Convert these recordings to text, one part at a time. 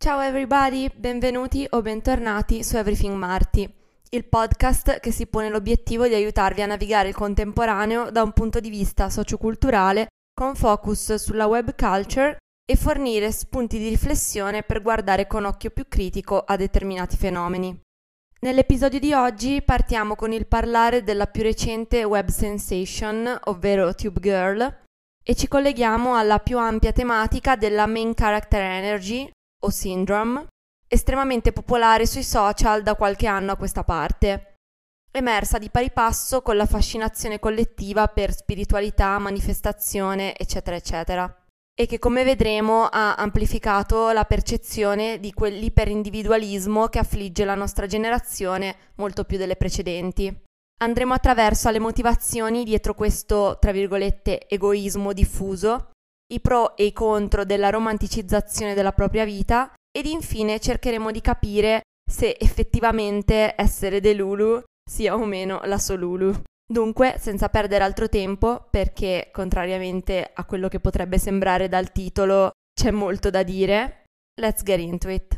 Ciao everybody, benvenuti o bentornati su Everything Marty, il podcast che si pone l'obiettivo di aiutarvi a navigare il contemporaneo da un punto di vista socioculturale con focus sulla web culture e fornire spunti di riflessione per guardare con occhio più critico a determinati fenomeni. Nell'episodio di oggi partiamo con il parlare della più recente web sensation, ovvero Tube Girl, e ci colleghiamo alla più ampia tematica della main character energy, o syndrome, estremamente popolare sui social da qualche anno a questa parte, emersa di pari passo con la fascinazione collettiva per spiritualità, manifestazione, eccetera, eccetera, e che come vedremo ha amplificato la percezione di quell'iperindividualismo che affligge la nostra generazione molto più delle precedenti. Andremo attraverso alle motivazioni dietro questo, tra virgolette, egoismo diffuso, i pro e i contro della romanticizzazione della propria vita ed infine cercheremo di capire se effettivamente essere Delulu sia o meno la Solulu. Dunque, senza perdere altro tempo, perché contrariamente a quello che potrebbe sembrare dal titolo c'è molto da dire, let's get into it.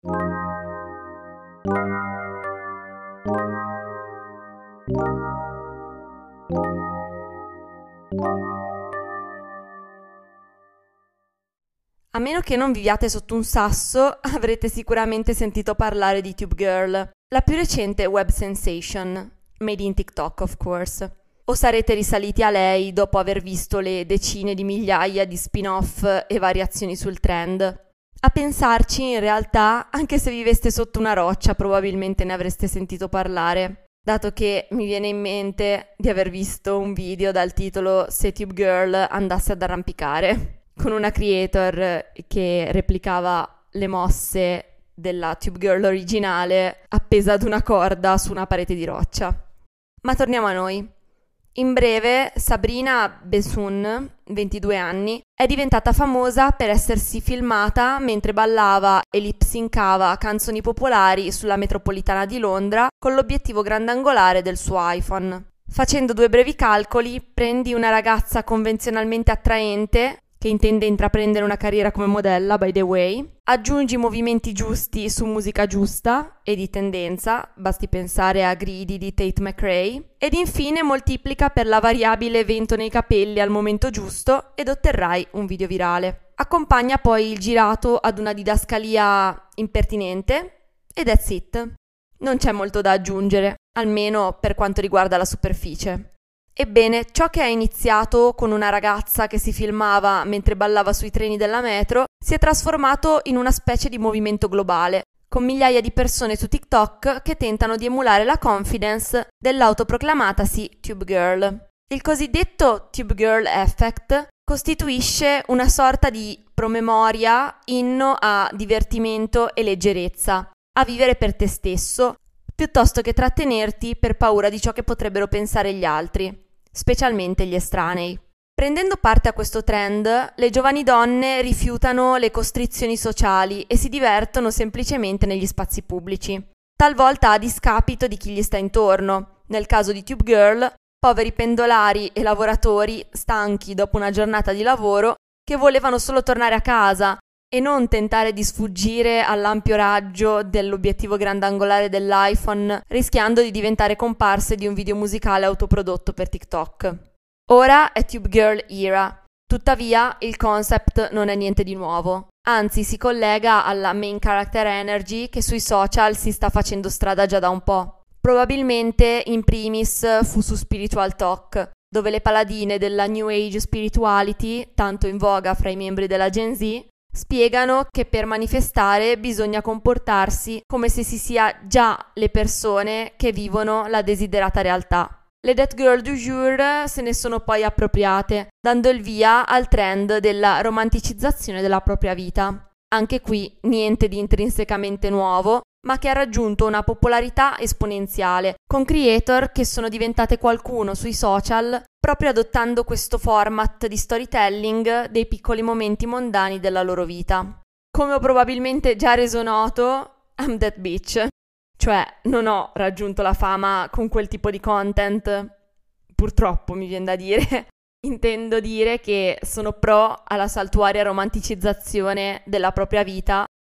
A meno che non viviate sotto un sasso, avrete sicuramente sentito parlare di Tube Girl, la più recente web sensation, made in TikTok of course. O sarete risaliti a lei dopo aver visto le decine di migliaia di spin-off e variazioni sul trend. A pensarci, in realtà, anche se viveste sotto una roccia, probabilmente ne avreste sentito parlare, dato che mi viene in mente di aver visto un video dal titolo Se Tube Girl andasse ad arrampicare, con una creator che replicava le mosse della Tube Girl originale appesa ad una corda su una parete di roccia. Ma torniamo a noi. In breve, Sabrina Besun, 22 anni, è diventata famosa per essersi filmata mentre ballava e lip-syncava canzoni popolari sulla metropolitana di Londra con l'obiettivo grandangolare del suo iPhone. Facendo due brevi calcoli, prendi una ragazza convenzionalmente attraente che intende intraprendere una carriera come modella, by the way, aggiungi movimenti giusti su musica giusta e di tendenza, basti pensare a Greedy di Tate McRae, ed infine moltiplica per la variabile vento nei capelli al momento giusto ed otterrai un video virale. Accompagna poi il girato ad una didascalia impertinente e that's it. Non c'è molto da aggiungere, almeno per quanto riguarda la superficie. Ebbene, ciò che è iniziato con una ragazza che si filmava mentre ballava sui treni della metro si è trasformato in una specie di movimento globale, con migliaia di persone su TikTok che tentano di emulare la confidence dell'autoproclamatasi Tube Girl. Il cosiddetto Tube Girl Effect costituisce una sorta di promemoria, inno a divertimento e leggerezza, a vivere per te stesso, piuttosto che trattenerti per paura di ciò che potrebbero pensare gli altri, specialmente gli estranei. Prendendo parte a questo trend, le giovani donne rifiutano le costrizioni sociali e si divertono semplicemente negli spazi pubblici, talvolta a discapito di chi gli sta intorno. Nel caso di Tube Girl, poveri pendolari e lavoratori stanchi dopo una giornata di lavoro che volevano solo tornare a casa e non tentare di sfuggire all'ampio raggio dell'obiettivo grandangolare dell'iPhone, rischiando di diventare comparse di un video musicale autoprodotto per TikTok. Ora è Tube Girl era, tuttavia il concept non è niente di nuovo, anzi si collega alla main character energy che sui social si sta facendo strada già da un po'. Probabilmente in primis fu su Spiritual Talk, dove le paladine della New Age Spirituality, tanto in voga fra i membri della Gen Z, spiegano che per manifestare bisogna comportarsi come se si sia già le persone che vivono la desiderata realtà. Le That Girl du jour se ne sono poi appropriate, dando il via al trend della romanticizzazione della propria vita. Anche qui niente di intrinsecamente nuovo, ma che ha raggiunto una popolarità esponenziale, con creator che sono diventate qualcuno sui social proprio adottando questo format di storytelling dei piccoli momenti mondani della loro vita. Come ho probabilmente già reso noto, I'm that bitch. Cioè, non ho raggiunto la fama con quel tipo di content, purtroppo mi viene da dire. Intendo dire che sono pro alla saltuaria romanticizzazione della propria vita,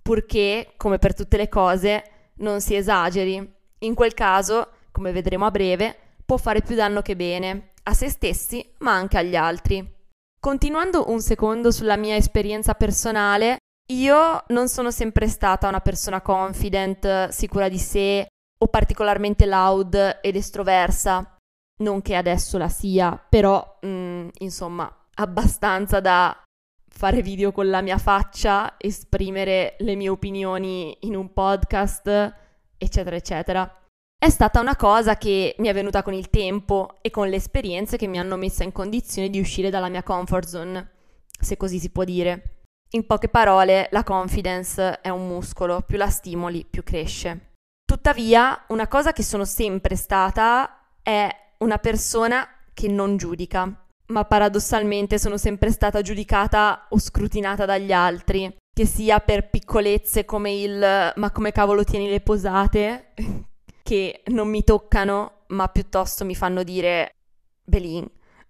purché, come per tutte le cose, non si esageri. In quel caso, come vedremo a breve, può fare più danno che bene, a se stessi ma anche agli altri. Continuando un secondo sulla mia esperienza personale, io non sono sempre stata una persona confident, sicura di sé o particolarmente loud ed estroversa. Non che adesso la sia, però insomma, abbastanza da fare video con la mia faccia, esprimere le mie opinioni in un podcast, eccetera, eccetera. È stata una cosa che mi è venuta con il tempo e con le esperienze che mi hanno messa in condizione di uscire dalla mia comfort zone, se così si può dire. In poche parole, la confidence è un muscolo, più la stimoli, più cresce. Tuttavia, una cosa che sono sempre stata è una persona che non giudica, ma paradossalmente sono sempre stata giudicata o scrutinata dagli altri, che sia per piccolezze come il "ma come cavolo tieni le posate?", che non mi toccano, ma piuttosto mi fanno dire "Belin".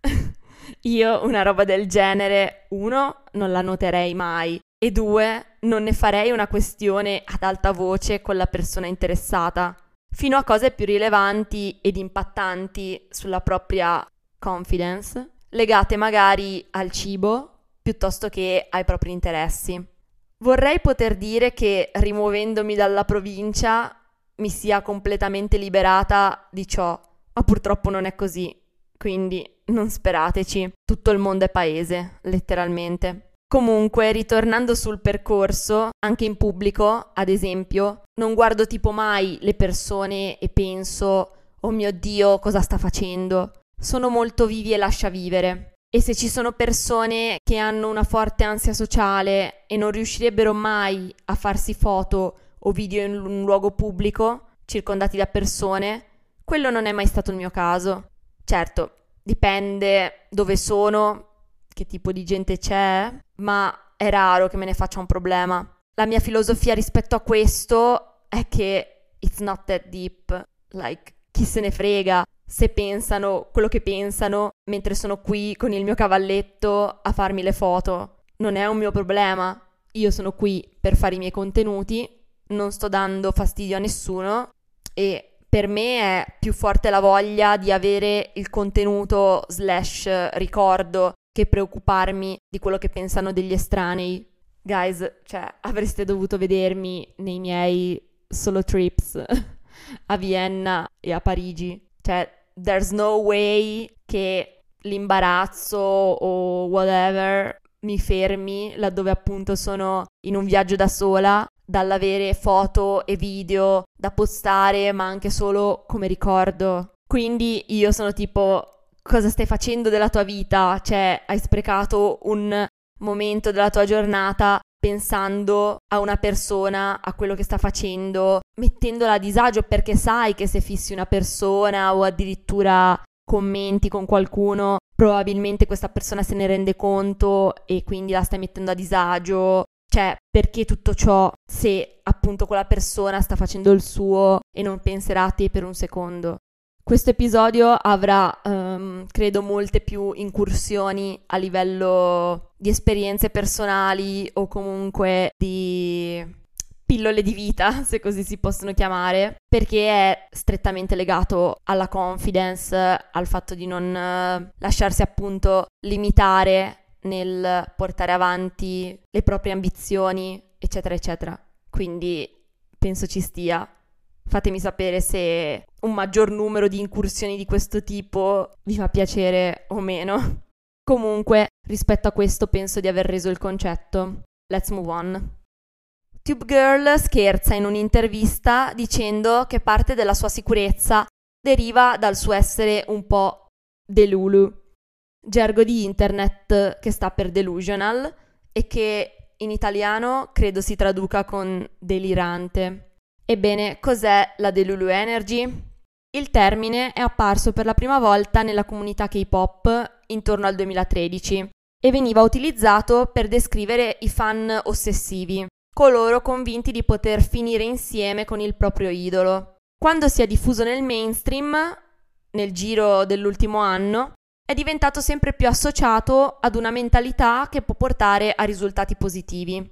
Io una roba del genere, 1, non la noterei mai, e 2, non ne farei una questione ad alta voce con la persona interessata, fino a cose più rilevanti ed impattanti sulla propria confidence, legate magari al cibo piuttosto che ai propri interessi. Vorrei poter dire che rimuovendomi dalla provincia mi sia completamente liberata di ciò, ma purtroppo non è così, quindi non sperateci, tutto il mondo è paese, letteralmente. Comunque, ritornando sul percorso, anche in pubblico, ad esempio, non guardo tipo mai le persone e penso "oh mio Dio, cosa sta facendo?". Sono molto vivi e lascia vivere. E se ci sono persone che hanno una forte ansia sociale e non riuscirebbero mai a farsi foto o video in un luogo pubblico, circondati da persone, quello non è mai stato il mio caso. Certo, dipende dove sono, che tipo di gente c'è, ma è raro che me ne faccia un problema. La mia filosofia rispetto a questo è che it's not that deep, like, chi se ne frega se pensano quello che pensano mentre sono qui con il mio cavalletto a farmi le foto. Non è un mio problema. Io sono qui per fare i miei contenuti, non sto dando fastidio a nessuno e per me è più forte la voglia di avere il contenuto / ricordo che preoccuparmi di quello che pensano degli estranei. Guys, cioè, avreste dovuto vedermi nei miei solo trips a Vienna e a Parigi. Cioè, there's no way che l'imbarazzo o whatever mi fermi laddove appunto sono in un viaggio da sola, dall'avere foto e video da postare, ma anche solo come ricordo. Quindi io sono tipo, cosa stai facendo della tua vita? Cioè, hai sprecato un momento della tua giornata pensando a una persona, a quello che sta facendo, mettendola a disagio perché sai che se fissi una persona o addirittura commenti con qualcuno, probabilmente questa persona se ne rende conto e quindi la stai mettendo a disagio. Cioè, perché tutto ciò se appunto quella persona sta facendo il suo e non penserà a te per un secondo? Questo episodio avrà, credo, molte più incursioni a livello di esperienze personali o comunque di pillole di vita, se così si possono chiamare, perché è strettamente legato alla confidence, al fatto di non lasciarsi appunto limitare nel portare avanti le proprie ambizioni, eccetera, eccetera. Quindi penso ci stia. Fatemi sapere se un maggior numero di incursioni di questo tipo vi fa piacere o meno. Comunque, rispetto a questo penso di aver reso il concetto. Let's move on. Tube Girl scherza in un'intervista dicendo che parte della sua sicurezza deriva dal suo essere un po' delulu, gergo di internet che sta per delusional e che in italiano credo si traduca con delirante. Ebbene, cos'è la Delulu Energy? Il termine è apparso per la prima volta nella comunità K-pop intorno al 2013 e veniva utilizzato per descrivere i fan ossessivi, coloro convinti di poter finire insieme con il proprio idolo. Quando si è diffuso nel mainstream, nel giro dell'ultimo anno, è diventato sempre più associato ad una mentalità che può portare a risultati positivi.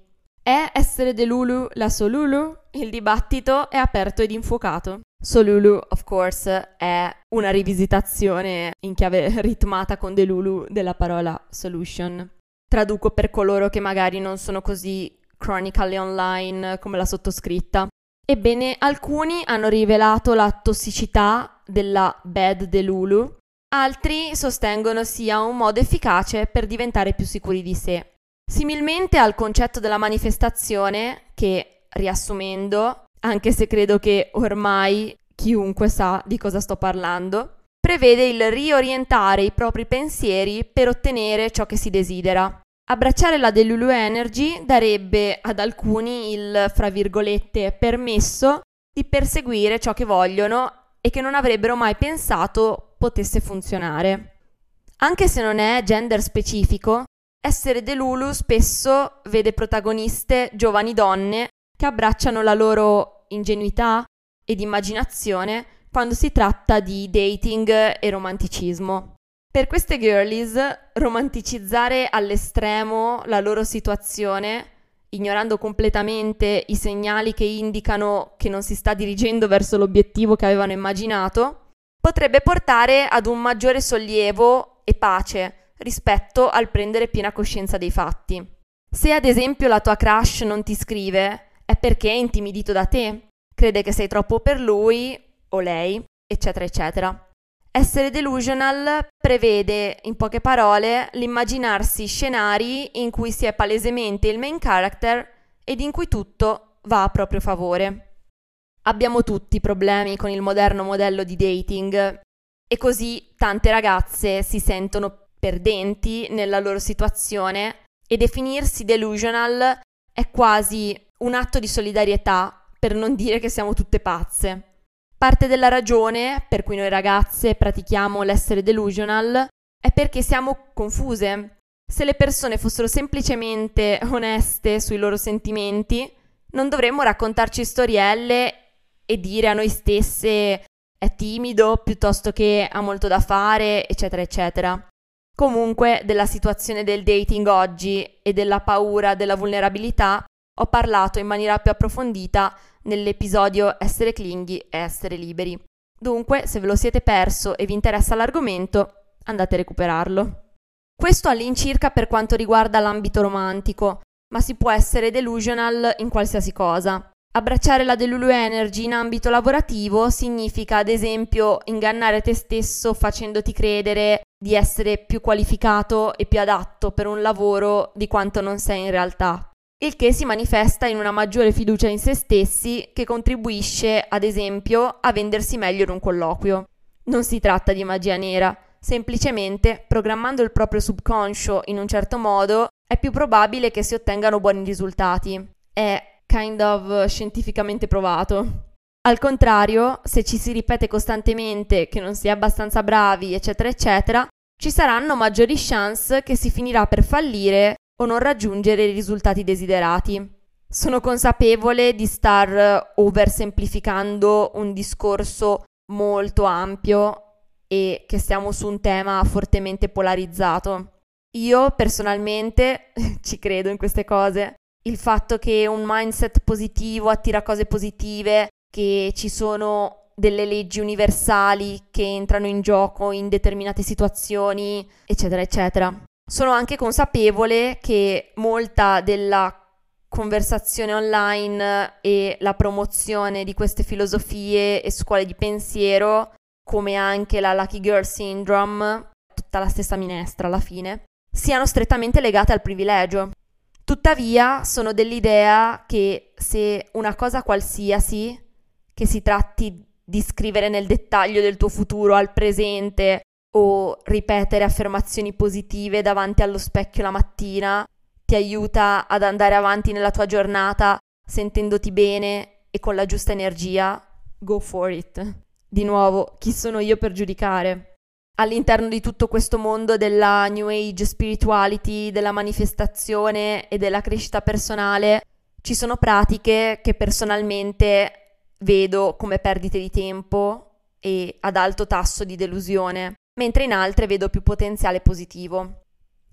È essere Delulu la Solulu? Il dibattito è aperto ed infuocato. Solulu, of course, è una rivisitazione in chiave ritmata con Delulu della parola solution. Traduco per coloro che magari non sono così chronically online come la sottoscritta. Ebbene, alcuni hanno rivelato la tossicità della bad Delulu, altri sostengono sia un modo efficace per diventare più sicuri di sé. Similmente al concetto della manifestazione, che, riassumendo, anche se credo che ormai chiunque sa di cosa sto parlando, prevede il riorientare i propri pensieri per ottenere ciò che si desidera. Abbracciare la Delulu Energy darebbe ad alcuni il, fra virgolette, permesso di perseguire ciò che vogliono e che non avrebbero mai pensato potesse funzionare. Anche se non è gender specifico, essere Delulu spesso vede protagoniste giovani donne che abbracciano la loro ingenuità ed immaginazione quando si tratta di dating e romanticismo. Per queste girlies, romanticizzare all'estremo la loro situazione, ignorando completamente i segnali che indicano che non si sta dirigendo verso l'obiettivo che avevano immaginato, potrebbe portare ad un maggiore sollievo e pace rispetto al prendere piena coscienza dei fatti. Se ad esempio la tua crush non ti scrive, è perché è intimidito da te, crede che sei troppo per lui o lei, eccetera, eccetera. Essere delusional prevede, in poche parole, l'immaginarsi scenari in cui si è palesemente il main character ed in cui tutto va a proprio favore. Abbiamo tutti problemi con il moderno modello di dating e così tante ragazze si sentono perdenti nella loro situazione e definirsi delusional è quasi un atto di solidarietà, per non dire che siamo tutte pazze. Parte della ragione per cui noi ragazze pratichiamo l'essere delusional è perché siamo confuse. Se le persone fossero semplicemente oneste sui loro sentimenti, non dovremmo raccontarci storielle e dire a noi stesse è timido piuttosto che ha molto da fare, eccetera, eccetera. Comunque, della situazione del dating oggi e della paura della vulnerabilità ho parlato in maniera più approfondita nell'episodio Essere clingy e essere liberi. Dunque, se ve lo siete perso e vi interessa l'argomento, andate a recuperarlo. Questo all'incirca per quanto riguarda l'ambito romantico, ma si può essere delusional in qualsiasi cosa. Abbracciare la Delulu Energy in ambito lavorativo significa, ad esempio, ingannare te stesso facendoti credere di essere più qualificato e più adatto per un lavoro di quanto non sei in realtà. Il che si manifesta in una maggiore fiducia in se stessi che contribuisce, ad esempio, a vendersi meglio in un colloquio. Non si tratta di magia nera, semplicemente programmando il proprio subconscio in un certo modo è più probabile che si ottengano buoni risultati. È kind of scientificamente provato. Al contrario, se ci si ripete costantemente che non si è abbastanza bravi, eccetera, eccetera, ci saranno maggiori chance che si finirà per fallire o non raggiungere i risultati desiderati. Sono consapevole di star oversemplificando un discorso molto ampio e che stiamo su un tema fortemente polarizzato. Io personalmente ci credo in queste cose. Il fatto che un mindset positivo attira cose positive, che ci sono delle leggi universali che entrano in gioco in determinate situazioni, eccetera, eccetera. Sono anche consapevole che molta della conversazione online e la promozione di queste filosofie e scuole di pensiero, come anche la Lucky Girl Syndrome, tutta la stessa minestra alla fine, siano strettamente legate al privilegio. Tuttavia, sono dell'idea che se una cosa qualsiasi, che si tratti di scrivere nel dettaglio del tuo futuro al presente o ripetere affermazioni positive davanti allo specchio la mattina, ti aiuta ad andare avanti nella tua giornata sentendoti bene e con la giusta energia, go for it. Di nuovo, chi sono io per giudicare? All'interno di tutto questo mondo della New Age spirituality, della manifestazione e della crescita personale, ci sono pratiche che personalmente vedo come perdite di tempo e ad alto tasso di delusione, mentre in altre vedo più potenziale positivo.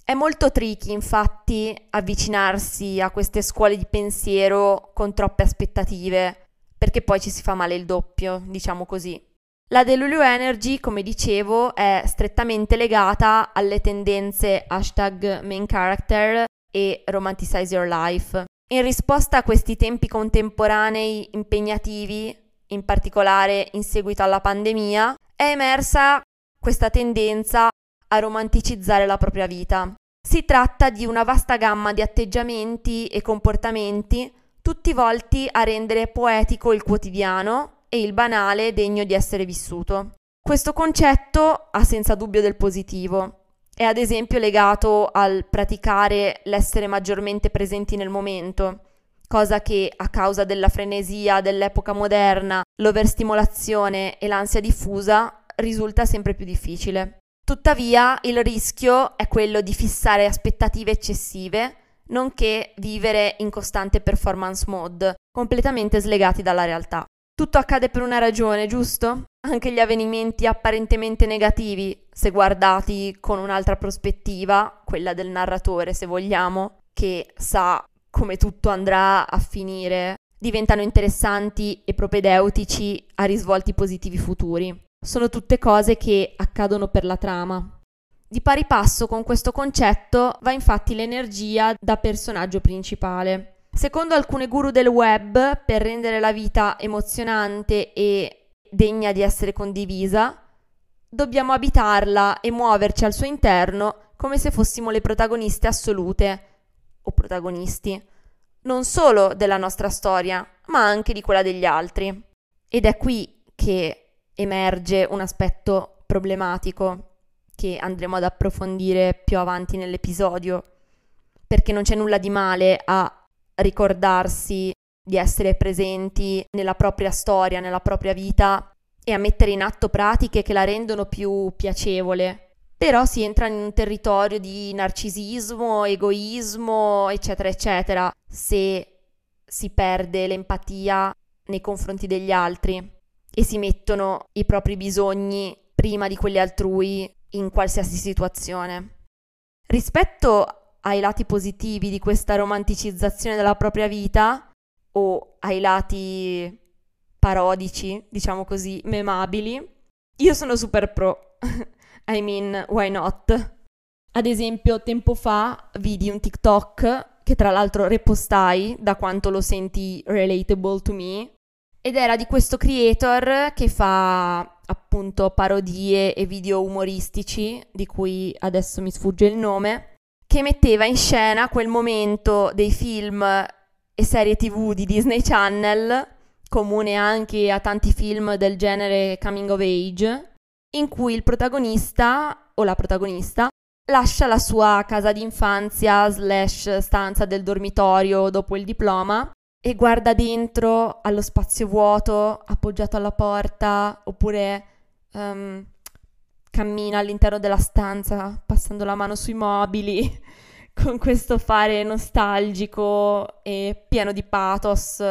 È molto tricky, infatti, avvicinarsi a queste scuole di pensiero con troppe aspettative, perché poi ci si fa male il doppio, diciamo così. La Delulu Energy, come dicevo, è strettamente legata alle tendenze hashtag main character e romanticize your life. In risposta a questi tempi contemporanei impegnativi, in particolare in seguito alla pandemia, è emersa questa tendenza a romanticizzare la propria vita. Si tratta di una vasta gamma di atteggiamenti e comportamenti, tutti volti a rendere poetico il quotidiano e il banale degno di essere vissuto. Questo concetto ha senza dubbio del positivo. È ad esempio legato al praticare l'essere maggiormente presenti nel momento, cosa che a causa della frenesia dell'epoca moderna, l'overstimolazione e l'ansia diffusa risulta sempre più difficile. Tuttavia, il rischio è quello di fissare aspettative eccessive, nonché vivere in costante performance mode, completamente slegati dalla realtà. Tutto accade per una ragione, giusto? Anche gli avvenimenti apparentemente negativi, se guardati con un'altra prospettiva, quella del narratore, se vogliamo, che sa come tutto andrà a finire, diventano interessanti e propedeutici a risvolti positivi futuri. Sono tutte cose che accadono per la trama. Di pari passo con questo concetto va infatti l'energia da personaggio principale. Secondo alcune guru del web, per rendere la vita emozionante e degna di essere condivisa, dobbiamo abitarla e muoverci al suo interno come se fossimo le protagoniste assolute o protagonisti, non solo della nostra storia, ma anche di quella degli altri. Ed è qui che emerge un aspetto problematico che andremo ad approfondire più avanti nell'episodio, perché non c'è nulla di male a ricordarsi di essere presenti nella propria storia, nella propria vita e a mettere in atto pratiche che la rendono più piacevole. Però si entra in un territorio di narcisismo, egoismo, eccetera, eccetera, se si perde l'empatia nei confronti degli altri e si mettono i propri bisogni prima di quelli altrui in qualsiasi situazione. Rispetto ai lati positivi di questa romanticizzazione della propria vita o ai lati parodici, diciamo così, memabili, io sono super pro. I mean, why not? Ad esempio, tempo fa vidi un TikTok che tra l'altro repostai da quanto lo senti relatable to me, ed era di questo creator che fa appunto parodie e video umoristici, di cui adesso mi sfugge il nome, che metteva in scena quel momento dei film e serie TV di Disney Channel, comune anche a tanti film del genere coming of age, in cui il protagonista o la protagonista lascia la sua casa d'infanzia / stanza del dormitorio dopo il diploma e guarda dentro allo spazio vuoto appoggiato alla porta, oppure cammina all'interno della stanza passando la mano sui mobili con questo fare nostalgico e pieno di pathos.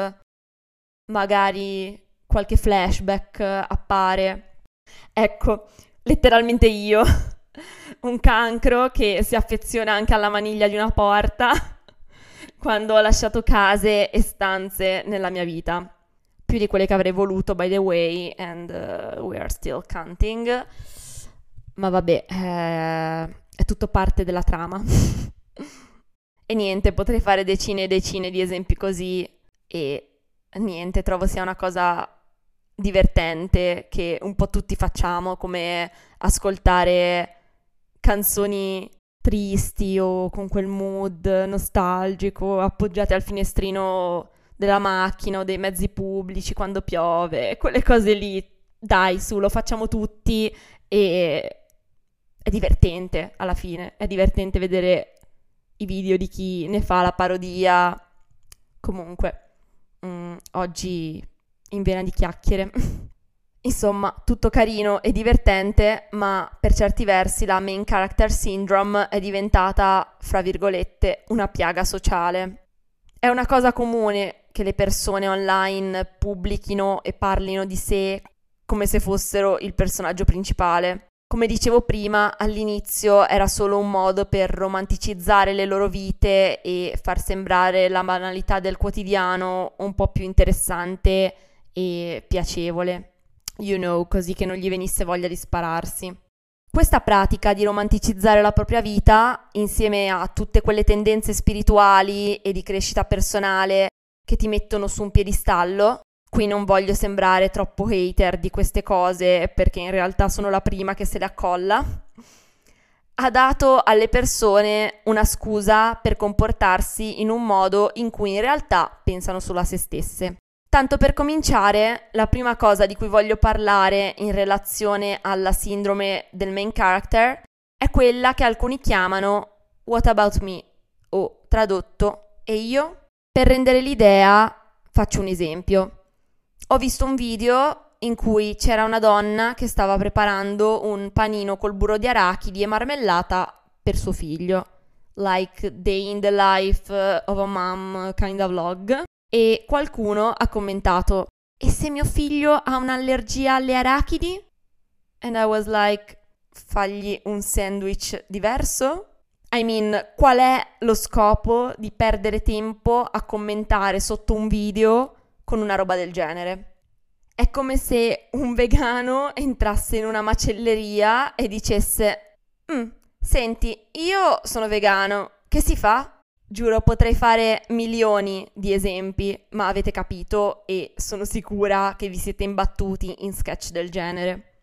Magari qualche flashback appare. Ecco, letteralmente io, un cancro che si affeziona anche alla maniglia di una porta quando ho lasciato case e stanze nella mia vita. Più di quelle che avrei voluto, by the way, and we are still counting. Ma vabbè, è tutto parte della trama. E niente, potrei fare decine e decine di esempi così e niente, trovo sia una cosa divertente che un po' tutti facciamo, come ascoltare canzoni tristi o con quel mood nostalgico appoggiate al finestrino della macchina o dei mezzi pubblici quando piove, quelle cose lì. Dai, su, lo facciamo tutti e è divertente alla fine, è divertente vedere i video di chi ne fa la parodia. Comunque, oggi in vena di chiacchiere. Insomma, tutto carino e divertente, ma per certi versi la main character syndrome è diventata, fra virgolette, una piaga sociale. È una cosa comune che le persone online pubblichino e parlino di sé come se fossero il personaggio principale. Come dicevo prima, all'inizio era solo un modo per romanticizzare le loro vite e far sembrare la banalità del quotidiano un po' più interessante e piacevole, così che non gli venisse voglia di spararsi. Questa pratica di romanticizzare la propria vita, insieme a tutte quelle tendenze spirituali e di crescita personale che ti mettono su un piedistallo, qui non voglio sembrare troppo hater di queste cose perché in realtà sono la prima che se le accolla, ha dato alle persone una scusa per comportarsi in un modo in cui in realtà pensano solo a se stesse. Tanto per cominciare, la prima cosa di cui voglio parlare in relazione alla sindrome del main character è quella che alcuni chiamano "What about me?" o tradotto "E io?". Per rendere l'idea, faccio un esempio. Ho visto un video in cui c'era una donna che stava preparando un panino col burro di arachidi e marmellata per suo figlio, like day in the life of a mom kind of vlog, e qualcuno ha commentato "E se mio figlio ha un'allergia alle arachidi?" And I was like, fagli un sandwich diverso? I mean, qual è lo scopo di perdere tempo a commentare sotto un video con una roba del genere? È come se un vegano entrasse in una macelleria e dicesse senti, io sono vegano, che si fa? Giuro, potrei fare milioni di esempi, ma avete capito e sono sicura che vi siete imbattuti in sketch del genere.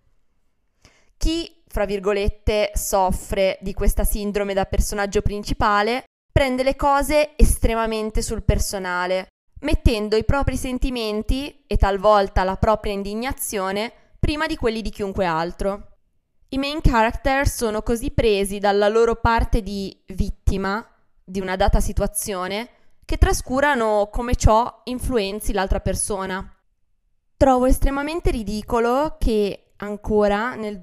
Chi, fra virgolette, soffre di questa sindrome da personaggio principale prende le cose estremamente sul personale, mettendo i propri sentimenti e talvolta la propria indignazione prima di quelli di chiunque altro. I main character sono così presi dalla loro parte di vittima di una data situazione che trascurano come ciò influenzi l'altra persona. Trovo estremamente ridicolo che ancora nel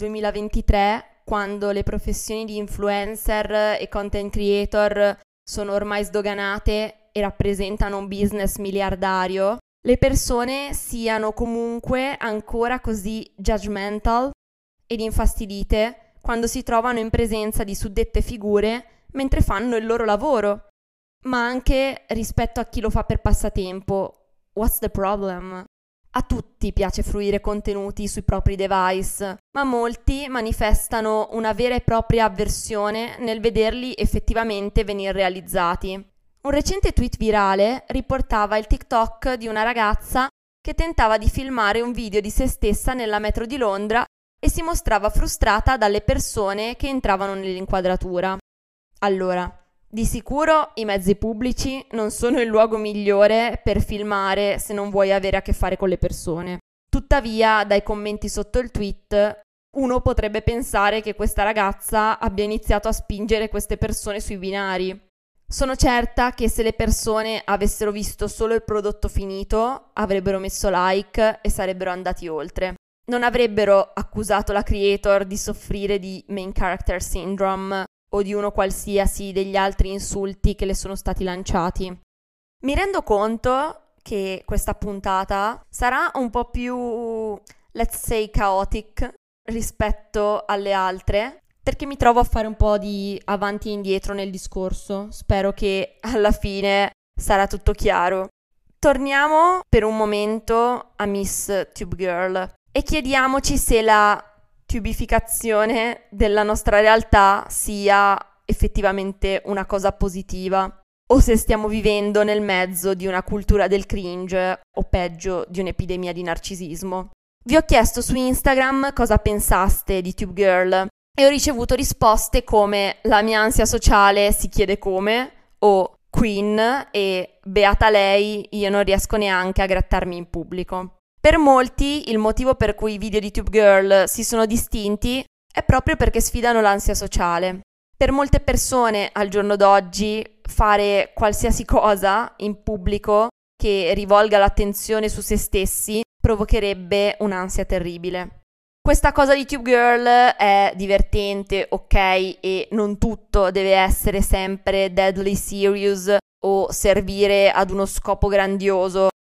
2023, quando le professioni di influencer e content creator sono ormai sdoganate e rappresentano un business miliardario, le persone siano comunque ancora così judgmental ed infastidite quando si trovano in presenza di suddette figure mentre fanno il loro lavoro, ma anche rispetto a chi lo fa per passatempo. What's the problem? A tutti piace fruire contenuti sui propri device, ma molti manifestano una vera e propria avversione nel vederli effettivamente venire realizzati. Un recente tweet virale riportava il TikTok di una ragazza che tentava di filmare un video di se stessa nella metro di Londra e si mostrava frustrata dalle persone che entravano nell'inquadratura. Allora, di sicuro i mezzi pubblici non sono il luogo migliore per filmare se non vuoi avere a che fare con le persone. Tuttavia, dai commenti sotto il tweet, uno potrebbe pensare che questa ragazza abbia iniziato a spingere queste persone sui binari. Sono certa che se le persone avessero visto solo il prodotto finito, avrebbero messo like e sarebbero andati oltre. Non avrebbero accusato la creator di soffrire di main character syndrome o di uno qualsiasi degli altri insulti che le sono stati lanciati. Mi rendo conto che questa puntata sarà un po' più, let's say, chaotic rispetto alle altre, perché mi trovo a fare un po' di avanti e indietro nel discorso. Spero che alla fine sarà tutto chiaro. Torniamo per un momento a Miss Tube Girl e chiediamoci se la tubificazione della nostra realtà sia effettivamente una cosa positiva o se stiamo vivendo nel mezzo di una cultura del cringe o peggio di un'epidemia di narcisismo. Vi ho chiesto su Instagram cosa pensaste di Tube Girl e ho ricevuto risposte come "la mia ansia sociale si chiede come" o "Queen" e "beata lei, io non riesco neanche a grattarmi in pubblico". Per molti il motivo per cui i video di Tube Girl si sono distinti è proprio perché sfidano l'ansia sociale. Per molte persone al giorno d'oggi fare qualsiasi cosa in pubblico che rivolga l'attenzione su se stessi provocherebbe un'ansia terribile. Questa cosa di Tube Girl è divertente, ok, e non tutto deve essere sempre deadly serious o servire ad uno scopo grandioso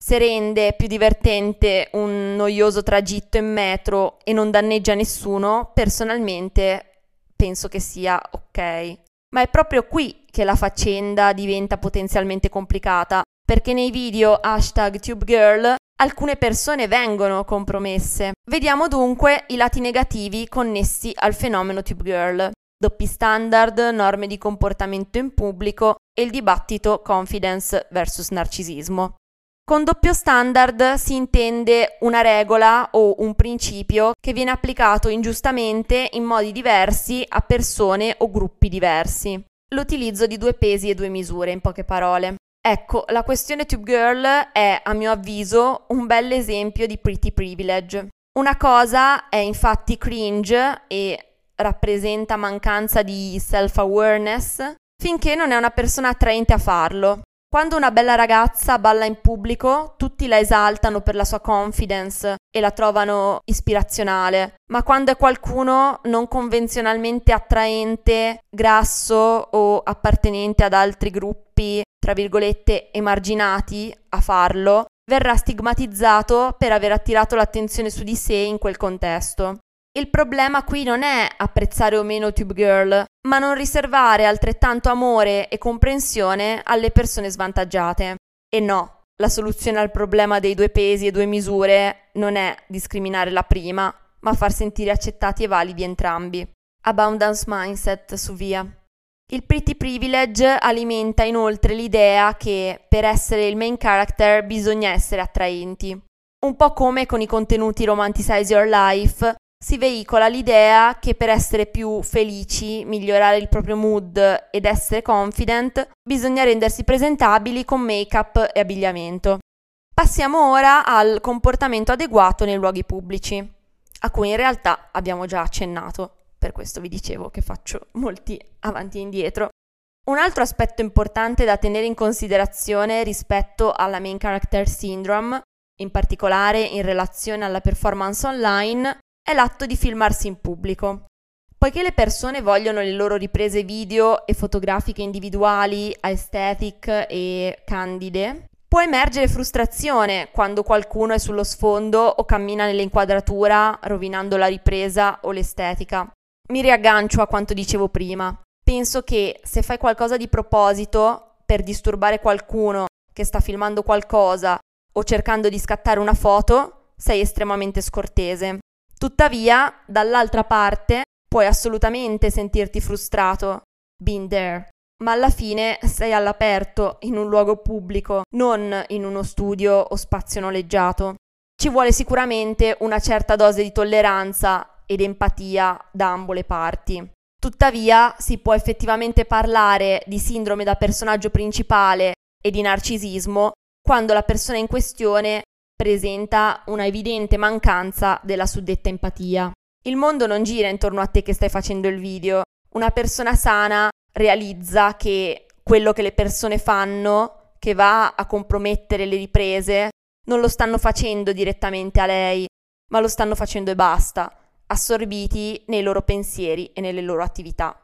Se rende più divertente un noioso tragitto in metro e non danneggia nessuno, personalmente penso che sia ok. Ma è proprio qui che la faccenda diventa potenzialmente complicata, perché nei video #TubeGirl alcune persone vengono compromesse. Vediamo dunque i lati negativi connessi al fenomeno TubeGirl. Doppi standard, norme di comportamento in pubblico e il dibattito confidence versus narcisismo. Con doppio standard si intende una regola o un principio che viene applicato ingiustamente in modi diversi a persone o gruppi diversi. L'utilizzo di 2 pesi e 2 misure, in poche parole. Ecco, la questione TubeGirl è, a mio avviso, un bel esempio di pretty privilege. Una cosa è infatti cringe e rappresenta mancanza di self-awareness finché non è una persona attraente a farlo. Quando una bella ragazza balla in pubblico, tutti la esaltano per la sua confidence e la trovano ispirazionale, ma quando è qualcuno non convenzionalmente attraente, grasso o appartenente ad altri gruppi, tra virgolette, emarginati a farlo, verrà stigmatizzato per aver attirato l'attenzione su di sé in quel contesto. Il problema qui non è apprezzare o meno TubeGirl, ma non riservare altrettanto amore e comprensione alle persone svantaggiate. E no, la soluzione al problema dei 2 pesi e 2 misure non è discriminare la prima, ma far sentire accettati e validi entrambi. Abundance mindset su via. Il pretty privilege alimenta inoltre l'idea che per essere il main character bisogna essere attraenti. Un po' come con i contenuti Romanticize Your Life, si veicola l'idea che per essere più felici, migliorare il proprio mood ed essere confident, bisogna rendersi presentabili con make-up e abbigliamento. Passiamo ora al comportamento adeguato nei luoghi pubblici, a cui in realtà abbiamo già accennato, per questo vi dicevo che faccio molti avanti e indietro. Un altro aspetto importante da tenere in considerazione rispetto alla main character syndrome, in particolare in relazione alla performance online, è l'atto di filmarsi in pubblico. Poiché le persone vogliono le loro riprese video e fotografiche individuali, aesthetic e candide, può emergere frustrazione quando qualcuno è sullo sfondo o cammina nell'inquadratura, rovinando la ripresa o l'estetica. Mi riaggancio a quanto dicevo prima. Penso che se fai qualcosa di proposito per disturbare qualcuno che sta filmando qualcosa o cercando di scattare una foto, sei estremamente scortese. Tuttavia, dall'altra parte, puoi assolutamente sentirti frustrato, been there, ma alla fine sei all'aperto, in un luogo pubblico, non in uno studio o spazio noleggiato. Ci vuole sicuramente una certa dose di tolleranza ed empatia da ambo le parti. Tuttavia, si può effettivamente parlare di sindrome da personaggio principale e di narcisismo quando la persona in questione presenta una evidente mancanza della suddetta empatia. Il mondo non gira intorno a te che stai facendo il video. Una persona sana realizza che quello che le persone fanno, che va a compromettere le riprese, non lo stanno facendo direttamente a lei, ma lo stanno facendo e basta, assorbiti nei loro pensieri e nelle loro attività.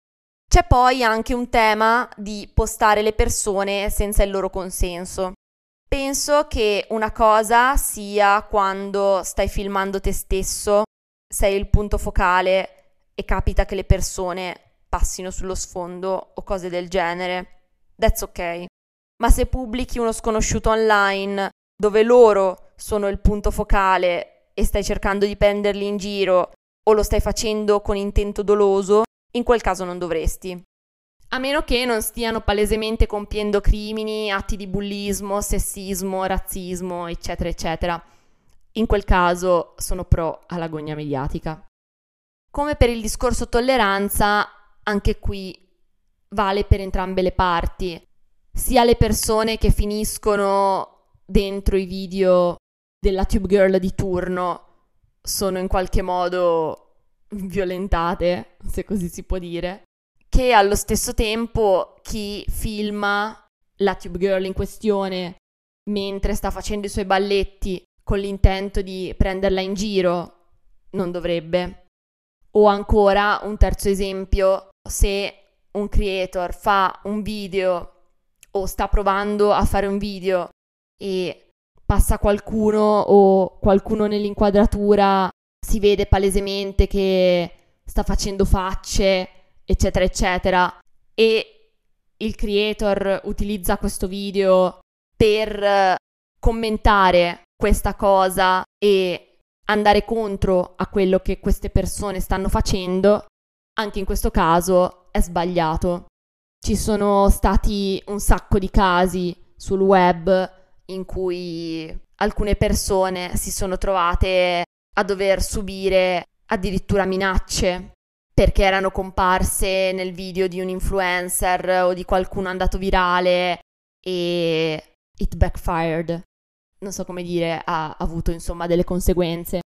C'è poi anche un tema di postare le persone senza il loro consenso. Penso che una cosa sia quando stai filmando te stesso, sei il punto focale e capita che le persone passino sullo sfondo o cose del genere. That's ok. Ma se pubblichi uno sconosciuto online dove loro sono il punto focale e stai cercando di prenderli in giro o lo stai facendo con intento doloso, in quel caso non dovresti. A meno che non stiano palesemente compiendo crimini, atti di bullismo, sessismo, razzismo, eccetera, eccetera. In quel caso sono pro alla gogna mediatica. Come per il discorso tolleranza, anche qui vale per entrambe le parti. Sia le persone che finiscono dentro i video della TubeGirl di turno sono in qualche modo violentate, se così si può dire, che allo stesso tempo chi filma la TubeGirl in questione mentre sta facendo i suoi balletti con l'intento di prenderla in giro non dovrebbe. O ancora un terzo esempio, se un creator fa un video o sta provando a fare un video e passa qualcuno o qualcuno nell'inquadratura si vede palesemente che sta facendo facce, eccetera, eccetera, e il creator utilizza questo video per commentare questa cosa e andare contro a quello che queste persone stanno facendo, anche in questo caso è sbagliato. Ci sono stati un sacco di casi sul web in cui alcune persone si sono trovate a dover subire addirittura minacce perché erano comparse nel video di un influencer o di qualcuno andato virale e it backfired. Non so come dire, ha avuto insomma delle conseguenze.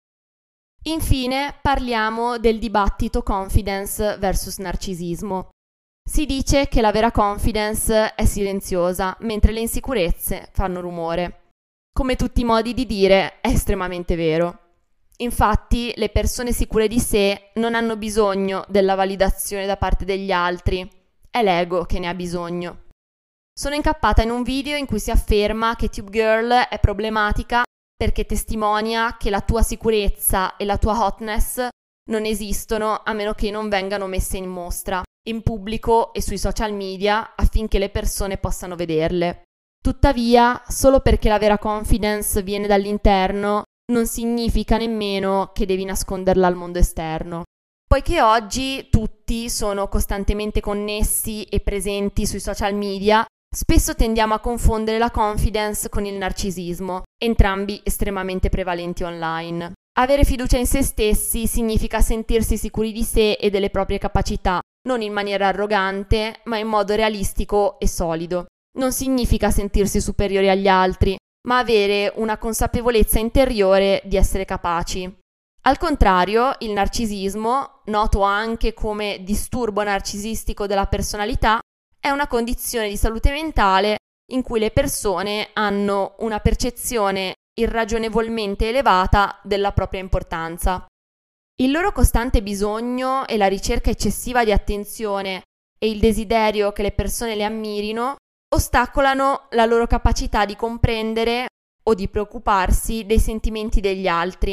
Infine parliamo del dibattito confidence versus narcisismo. Si dice che la vera confidence è silenziosa, mentre le insicurezze fanno rumore. Come tutti i modi di dire, è estremamente vero. Infatti, le persone sicure di sé non hanno bisogno della validazione da parte degli altri, è l'ego che ne ha bisogno. Sono incappata in un video in cui si afferma che Tube Girl è problematica perché testimonia che la tua sicurezza e la tua hotness non esistono a meno che non vengano messe in mostra, in pubblico e sui social media affinché le persone possano vederle. Tuttavia, solo perché la vera confidence viene dall'interno, non significa nemmeno che devi nasconderla al mondo esterno. Poiché oggi tutti sono costantemente connessi e presenti sui social media, spesso tendiamo a confondere la confidence con il narcisismo, entrambi estremamente prevalenti online. Avere fiducia in se stessi significa sentirsi sicuri di sé e delle proprie capacità, non in maniera arrogante, ma in modo realistico e solido. Non significa sentirsi superiori agli altri, ma avere una consapevolezza interiore di essere capaci. Al contrario, il narcisismo, noto anche come disturbo narcisistico della personalità, è una condizione di salute mentale in cui le persone hanno una percezione irragionevolmente elevata della propria importanza. Il loro costante bisogno e la ricerca eccessiva di attenzione e il desiderio che le persone le ammirino ostacolano la loro capacità di comprendere o di preoccuparsi dei sentimenti degli altri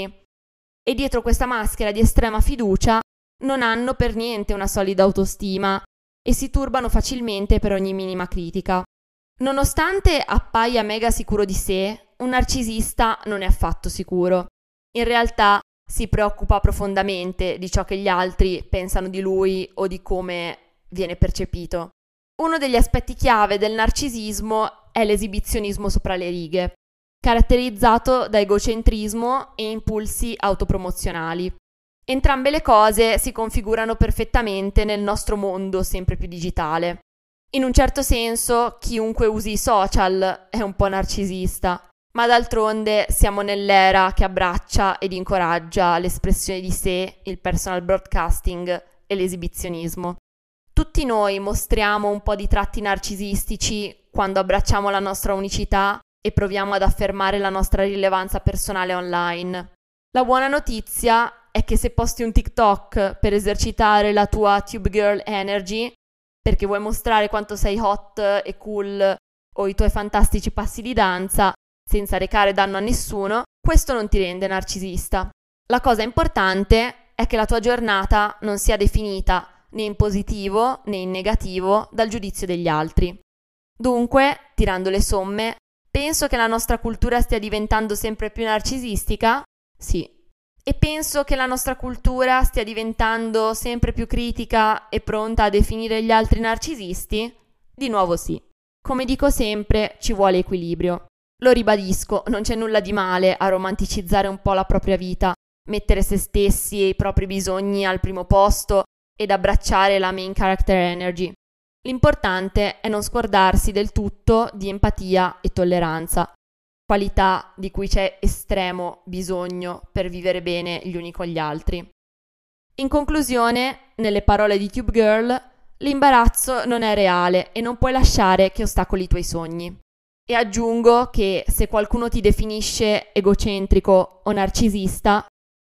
e dietro questa maschera di estrema fiducia non hanno per niente una solida autostima e si turbano facilmente per ogni minima critica. Nonostante appaia mega sicuro di sé, un narcisista non è affatto sicuro. In realtà si preoccupa profondamente di ciò che gli altri pensano di lui o di come viene percepito. Uno degli aspetti chiave del narcisismo è l'esibizionismo sopra le righe, caratterizzato da egocentrismo e impulsi autopromozionali. Entrambe le cose si configurano perfettamente nel nostro mondo sempre più digitale. In un certo senso, chiunque usi i social è un po' narcisista, ma d'altronde siamo nell'era che abbraccia ed incoraggia l'espressione di sé, il personal broadcasting e l'esibizionismo. Tutti noi mostriamo un po' di tratti narcisistici quando abbracciamo la nostra unicità e proviamo ad affermare la nostra rilevanza personale online. La buona notizia è che se posti un TikTok per esercitare la tua Tube Girl Energy, perché vuoi mostrare quanto sei hot e cool o i tuoi fantastici passi di danza, senza recare danno a nessuno, questo non ti rende narcisista. La cosa importante è che la tua giornata non sia definita né in positivo né in negativo dal giudizio degli altri. Dunque, tirando le somme, penso che la nostra cultura stia diventando sempre più narcisistica? Sì. E penso che la nostra cultura stia diventando sempre più critica e pronta a definire gli altri narcisisti? Di nuovo sì. Come dico sempre, ci vuole equilibrio. Lo ribadisco, non c'è nulla di male a romanticizzare un po' la propria vita, mettere se stessi e i propri bisogni al primo posto ed abbracciare la main character energy. L'importante è non scordarsi del tutto di empatia e tolleranza, qualità di cui c'è estremo bisogno per vivere bene gli uni con gli altri. In conclusione, nelle parole di Tube Girl, l'imbarazzo non è reale e non puoi lasciare che ostacoli i tuoi sogni. E aggiungo che se qualcuno ti definisce egocentrico o narcisista,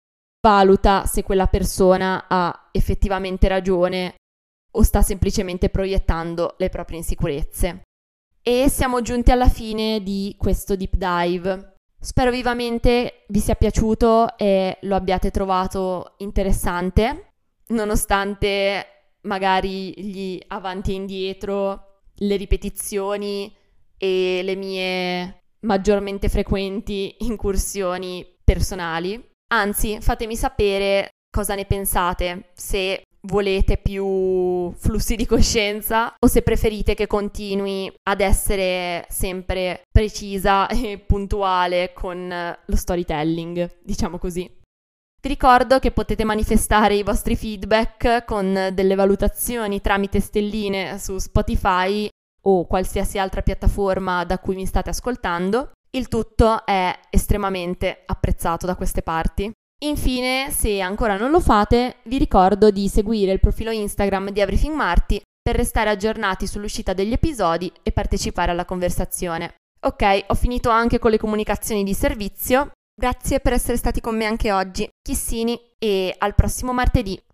valuta se quella persona ha effettivamente ragione o sta semplicemente proiettando le proprie insicurezze. E siamo giunti alla fine di questo deep dive Spero vivamente vi sia piaciuto e lo abbiate trovato interessante, nonostante magari gli avanti e indietro, le ripetizioni e le mie maggiormente frequenti incursioni personali. Anzi, fatemi sapere cosa ne pensate, se volete più flussi di coscienza o se preferite che continui ad essere sempre precisa e puntuale con lo storytelling, diciamo così. Vi ricordo che potete manifestare i vostri feedback con delle valutazioni tramite stelline su Spotify o qualsiasi altra piattaforma da cui mi state ascoltando. Il tutto è estremamente apprezzato da queste parti. Infine, se ancora non lo fate, vi ricordo di seguire il profilo Instagram di Everything Marty per restare aggiornati sull'uscita degli episodi e partecipare alla conversazione. Ok, ho finito anche con le comunicazioni di servizio. Grazie per essere stati con me anche oggi. Chissini e al prossimo martedì.